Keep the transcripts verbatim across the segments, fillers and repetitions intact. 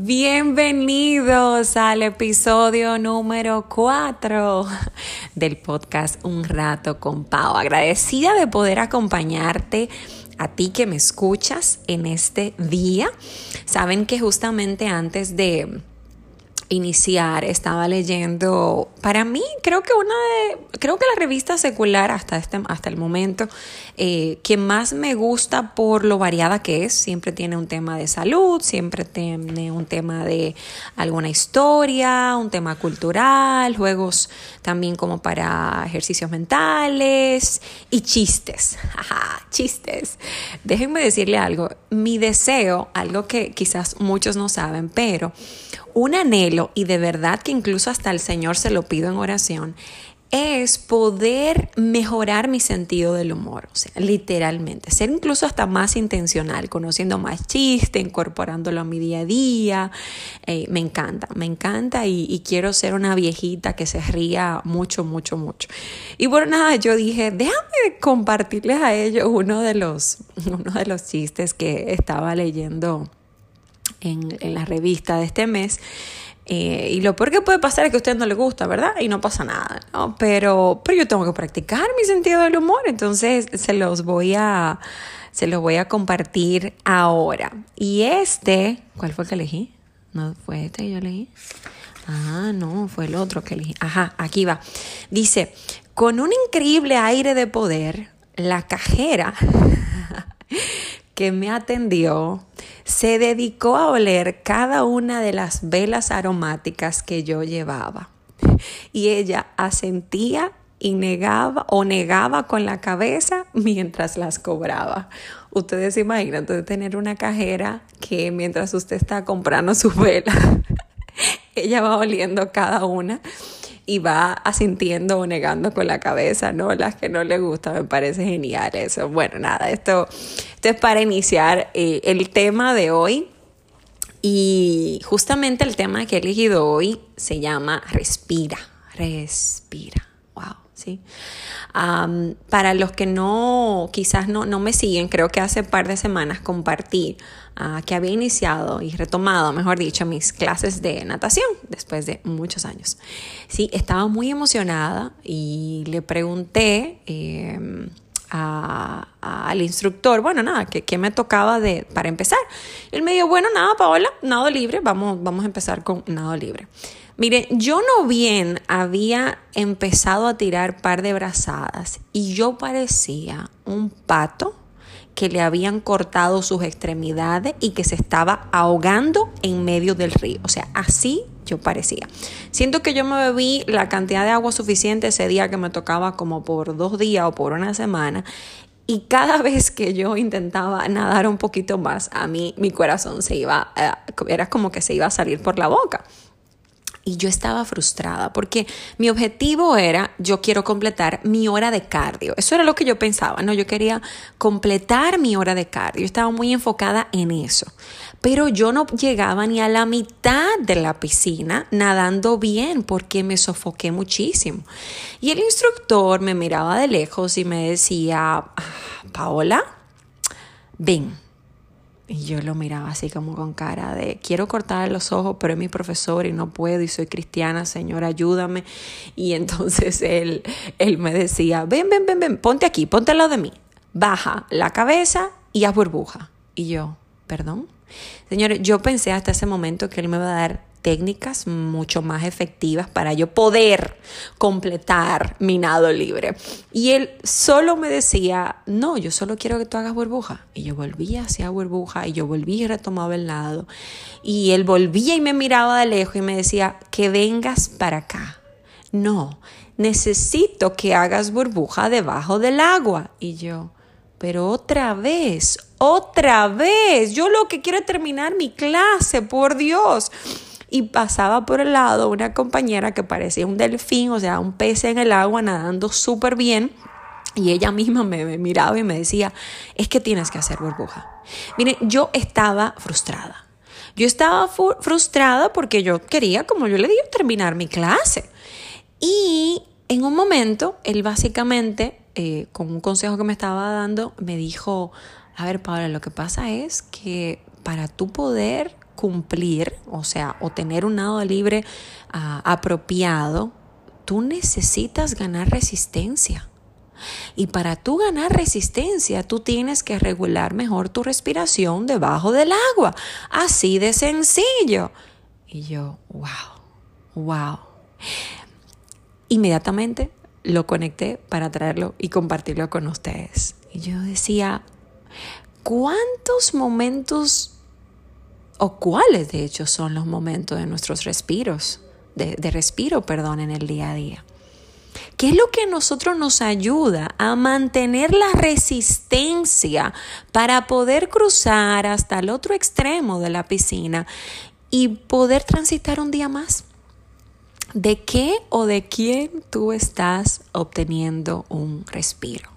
Bienvenidos al episodio número cuatro del podcast Un Rato con Pau. Agradecida de poder acompañarte a ti que me escuchas en este día. Saben que justamente antes de iniciar estaba leyendo, para mí creo que una de, creo que la revista secular hasta este, hasta el momento eh, que más me gusta por lo variada que es. Siempre tiene un tema de salud, siempre tiene un tema de alguna historia, un tema cultural, juegos también como para ejercicios mentales y chistes. Ajá, chistes. Déjenme decirle algo, mi deseo, algo que quizás muchos no saben, pero un anhelo, y de verdad que incluso hasta el Señor se lo pido en oración, es poder mejorar mi sentido del humor, o sea, literalmente, ser incluso hasta más intencional, conociendo más chistes, incorporándolo a mi día a día. Eh, me encanta, me encanta y, y quiero ser una viejita que se ría mucho, mucho, mucho. Y bueno, nada, yo dije, déjame compartirles a ellos uno de los, uno de los chistes que estaba leyendo En, en la revista de este mes. Eh, y lo peor que puede pasar es que a usted no le gusta, ¿verdad? Y no pasa nada, ¿no? Pero, pero yo tengo que practicar mi sentido del humor, entonces se los voy a, se los voy a compartir ahora. Y este, ¿cuál fue el que elegí? ¿No fue este que yo elegí? Ah, no, fue el otro que elegí. Ajá, aquí va. Dice, con un increíble aire de poder, la cajera que me atendió se dedicó a oler cada una de las velas aromáticas que yo llevaba. Y ella asentía y negaba o negaba con la cabeza mientras las cobraba. Ustedes se imaginan entonces tener una cajera que mientras usted está comprando sus velas, ella va oliendo cada una y va asintiendo o negando con la cabeza, ¿no? Las que no le gusta, me parece genial eso. Bueno, nada, esto, esto es para iniciar eh, el tema de hoy. Y justamente el tema que he elegido hoy se llama Respira, respira. Wow, ¿sí? Um, para los que no, quizás no, no me siguen, creo que hace un par de semanas compartí uh, que había iniciado y retomado, mejor dicho, mis clases de natación después de muchos años. Sí, estaba muy emocionada y le pregunté eh, a, a, al instructor, bueno, nada, ¿qué, qué me tocaba de, para empezar? Y él me dijo, bueno, nada, Paola, nado libre, vamos, vamos a empezar con nado libre. Mire, yo no bien había empezado a tirar par de brazadas y yo parecía un pato que le habían cortado sus extremidades y que se estaba ahogando en medio del río. O sea, así yo parecía. Siento que yo me bebí la cantidad de agua suficiente ese día que me tocaba como por dos días o por una semana. Y cada vez que yo intentaba nadar un poquito más, a mí mi corazón se iba, eh, era como que se iba a salir por la boca. Y yo estaba frustrada porque mi objetivo era, yo quiero completar mi hora de cardio. Eso era lo que yo pensaba, ¿no? Yo quería completar mi hora de cardio. Yo estaba muy enfocada en eso. Pero yo no llegaba ni a la mitad de la piscina nadando bien porque me sofoqué muchísimo. Y el instructor me miraba de lejos y me decía, Paola, ven. Y yo lo miraba así como con cara de, quiero cortar los ojos, pero es mi profesor y no puedo y soy cristiana, Señor, ayúdame. Y entonces él, él me decía, ven, ven, ven, ven, ponte aquí, ponte al lado de mí. Baja la cabeza y haz burbuja. Y yo, ¿perdón? Señores, yo pensé hasta ese momento que él me iba a dar técnicas mucho más efectivas para yo poder completar mi nado libre. Y él solo me decía, no, yo solo quiero que tú hagas burbuja. Y yo volvía hacia burbuja y yo volvía y retomaba el nado. Y él volvía y me miraba de lejos y me decía, que vengas para acá. No, necesito que hagas burbuja debajo del agua. Y yo, pero otra vez, otra vez, yo lo que quiero es terminar mi clase, por Dios. Y pasaba por el lado una compañera que parecía un delfín, o sea, un pez en el agua nadando súper bien. Y ella misma me, me miraba y me decía, es que tienes que hacer burbuja. Miren, yo estaba frustrada. Yo estaba fu- frustrada porque yo quería, como yo le digo, terminar mi clase. Y en un momento, él básicamente, eh, con un consejo que me estaba dando, me dijo, a ver, Paola, lo que pasa es que para tú poder cumplir, o sea, o tener un nado libre uh, apropiado, tú necesitas ganar resistencia. Y para tú ganar resistencia, tú tienes que regular mejor tu respiración debajo del agua. Así de sencillo. Y yo, wow, wow. Inmediatamente lo conecté para traerlo y compartirlo con ustedes. Y yo decía, ¿cuántos momentos o cuáles de hecho son los momentos de nuestros respiros, de, de respiro, perdón, en el día a día? ¿Qué es lo que a nosotros nos ayuda a mantener la resistencia para poder cruzar hasta el otro extremo de la piscina y poder transitar un día más? ¿De qué o de quién tú estás obteniendo un respiro?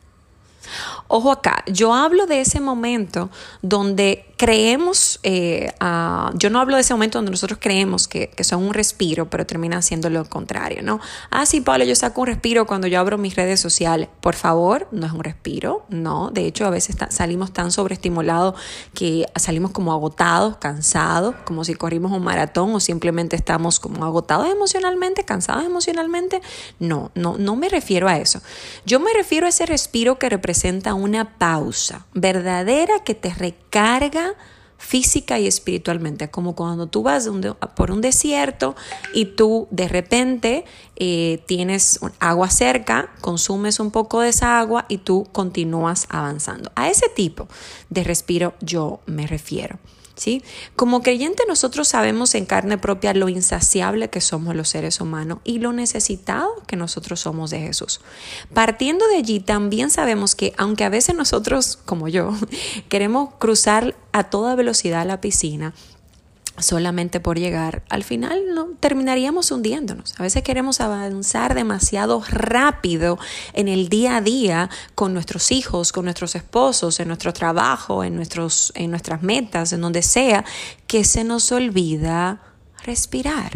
Ojo acá, yo hablo de ese momento donde creemos, eh, uh, yo no hablo de ese momento donde nosotros creemos que, que son un respiro, pero termina siendo lo contrario, ¿no? Ah, sí, Pablo, yo saco un respiro cuando yo abro mis redes sociales. Por favor, no es un respiro, no. De hecho, a veces ta- salimos tan sobreestimulados que salimos como agotados, cansados, como si corrimos un maratón o simplemente estamos como agotados emocionalmente, cansados emocionalmente. No, no, no me refiero a eso. Yo me refiero a ese respiro que representa una pausa verdadera que te recarga física y espiritualmente, como cuando tú vas un, por un desierto y tú de repente eh, tienes agua cerca, consumes un poco de esa agua y tú continúas avanzando. A ese tipo de respiro yo me refiero. ¿Sí? Como creyentes nosotros sabemos en carne propia lo insaciable que somos los seres humanos y lo necesitados que nosotros somos de Jesús. Partiendo de allí también sabemos que aunque a veces nosotros, como yo, queremos cruzar a toda velocidad la piscina, solamente por llegar, al final no terminaríamos hundiéndonos. A veces queremos avanzar demasiado rápido en el día a día con nuestros hijos, con nuestros esposos, en nuestro trabajo, en, nuestros, en nuestras metas, en donde sea, que se nos olvida respirar.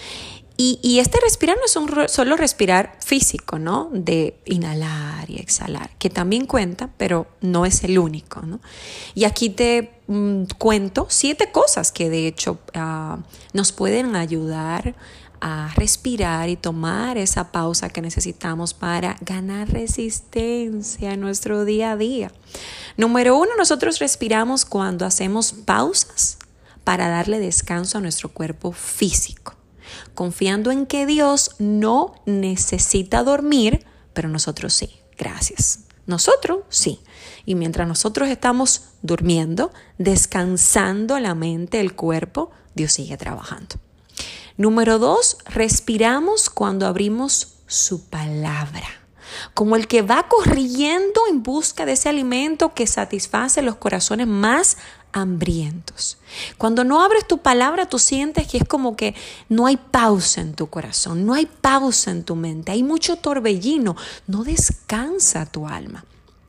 Y, y este respirar no es un solo respirar físico, ¿no? De inhalar y exhalar, que también cuenta, pero no es el único, ¿no? Y aquí te mm, cuento siete cosas que de hecho uh, nos pueden ayudar a respirar y tomar esa pausa que necesitamos para ganar resistencia en nuestro día a día. Número uno, nosotros respiramos cuando hacemos pausas para darle descanso a nuestro cuerpo físico, confiando en que Dios no necesita dormir, pero nosotros sí. Gracias. Nosotros sí. Y mientras nosotros estamos durmiendo, descansando la mente, el cuerpo, Dios sigue trabajando. Número dos, respiramos cuando abrimos su palabra, como el que va corriendo en busca de ese alimento que satisface los corazones más hambrientos. Cuando no abres tu palabra, tú sientes que es como que no hay pausa en tu corazón, no hay pausa en tu mente, hay mucho torbellino, no descansa tu alma.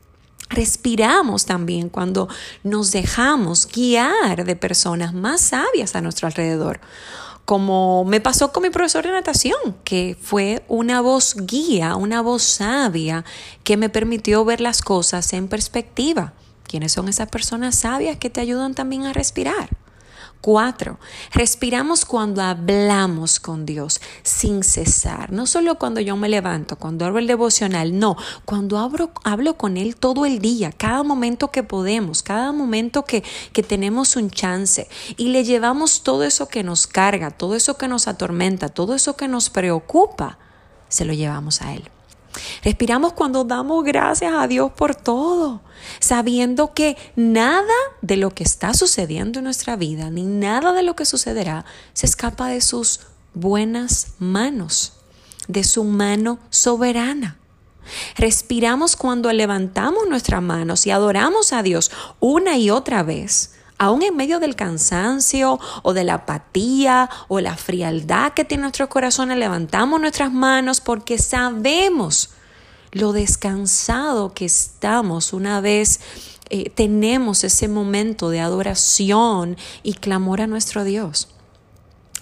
Respiramos también cuando nos dejamos guiar de personas más sabias a nuestro alrededor, como me pasó con mi profesor de natación, que fue una voz guía, una voz sabia que me permitió ver las cosas en perspectiva. ¿Quiénes son esas personas sabias que te ayudan también a respirar? Cuatro, respiramos cuando hablamos con Dios sin cesar. No solo cuando yo me levanto, cuando abro el devocional, no. Cuando hablo, hablo con Él todo el día, cada momento que podemos, cada momento que, que tenemos un chance. Y le llevamos todo eso que nos carga, todo eso que nos atormenta, todo eso que nos preocupa, se lo llevamos a Él. Respiramos cuando damos gracias a Dios por todo, sabiendo que nada de lo que está sucediendo en nuestra vida, ni nada de lo que sucederá, se escapa de sus buenas manos, de su mano soberana. Respiramos cuando levantamos nuestras manos y adoramos a Dios una y otra vez, aún en medio del cansancio o de la apatía o la frialdad que tiene nuestros corazones, levantamos nuestras manos porque sabemos lo descansado que estamos una vez eh, tenemos ese momento de adoración y clamor a nuestro Dios.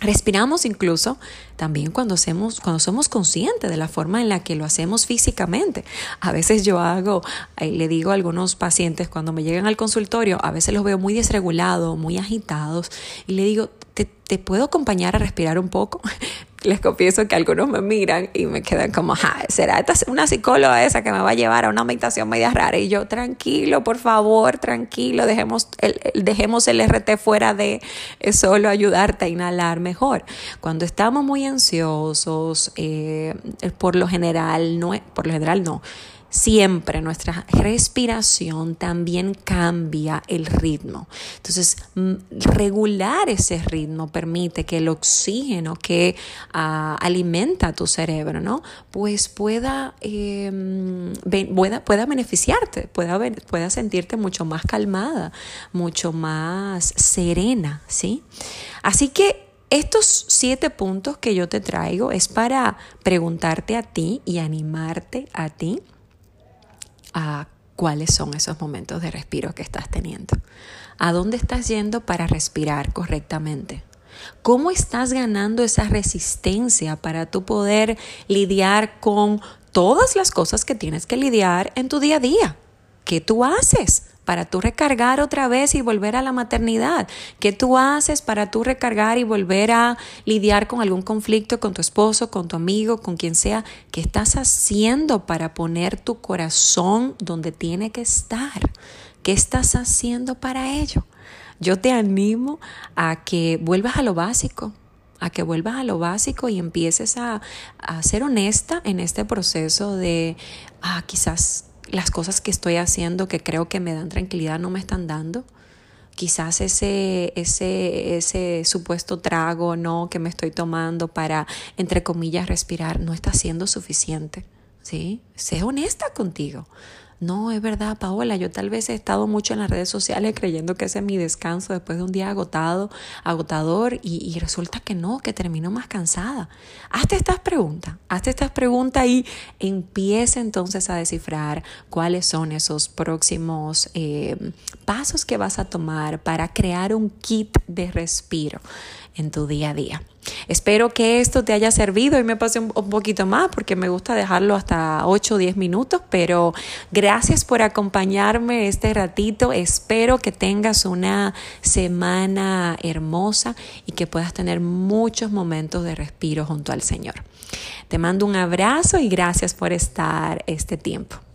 Respiramos incluso también cuando, hacemos, cuando somos conscientes de la forma en la que lo hacemos físicamente. A veces yo hago, eh, le digo a algunos pacientes cuando me llegan al consultorio, a veces los veo muy desregulados, muy agitados, y le digo, ¿te, te puedo acompañar a respirar un poco? Les confieso que algunos me miran y me quedan como, ajá, ¿será esta una psicóloga esa que me va a llevar a una meditación media rara? Y yo, tranquilo, por favor, tranquilo, dejemos el, dejemos el R T fuera de es solo ayudarte a inhalar mejor. Cuando estamos muy ansiosos, eh, por lo general, no, por lo general no, siempre nuestra respiración también cambia el ritmo. Entonces, regular ese ritmo permite que el oxígeno que uh, alimenta a tu cerebro, ¿no? Pues pueda, eh, pueda, pueda beneficiarte, pueda, pueda sentirte mucho más calmada, mucho más serena, ¿sí? Así que estos siete puntos que yo te traigo es para preguntarte a ti y animarte a ti a cuáles son esos momentos de respiro que estás teniendo. ¿A dónde estás yendo para respirar correctamente? ¿Cómo estás ganando esa resistencia para tú poder lidiar con todas las cosas que tienes que lidiar en tu día a día? ¿Qué tú haces para tú recargar otra vez y volver a la maternidad? ¿Qué tú haces para tú recargar y volver a lidiar con algún conflicto con tu esposo, con tu amigo, con quien sea? ¿Qué estás haciendo para poner tu corazón donde tiene que estar? ¿Qué estás haciendo para ello? Yo te animo a que vuelvas a lo básico, a que vuelvas a lo básico y empieces a, a ser honesta en este proceso de ah, quizás las cosas que estoy haciendo que creo que me dan tranquilidad no me están dando. Quizás ese, ese, ese supuesto trago, ¿no?, que me estoy tomando para, entre comillas, respirar, no está siendo suficiente, ¿sí? Sé honesta contigo. No, es verdad, Paola, yo tal vez he estado mucho en las redes sociales creyendo que ese es mi descanso después de un día agotado, agotador y, y resulta que no, que termino más cansada. Hazte estas preguntas, hazte estas preguntas y empieza entonces a descifrar cuáles son esos próximos eh, pasos que vas a tomar para crear un kit de respiro en tu día a día. Espero que esto te haya servido y me pase un, un poquito más porque me gusta dejarlo hasta ocho o diez minutos, pero gracias por acompañarme este ratito. Espero que tengas una semana hermosa y que puedas tener muchos momentos de respiro junto al Señor. Te mando un abrazo y gracias por estar este tiempo.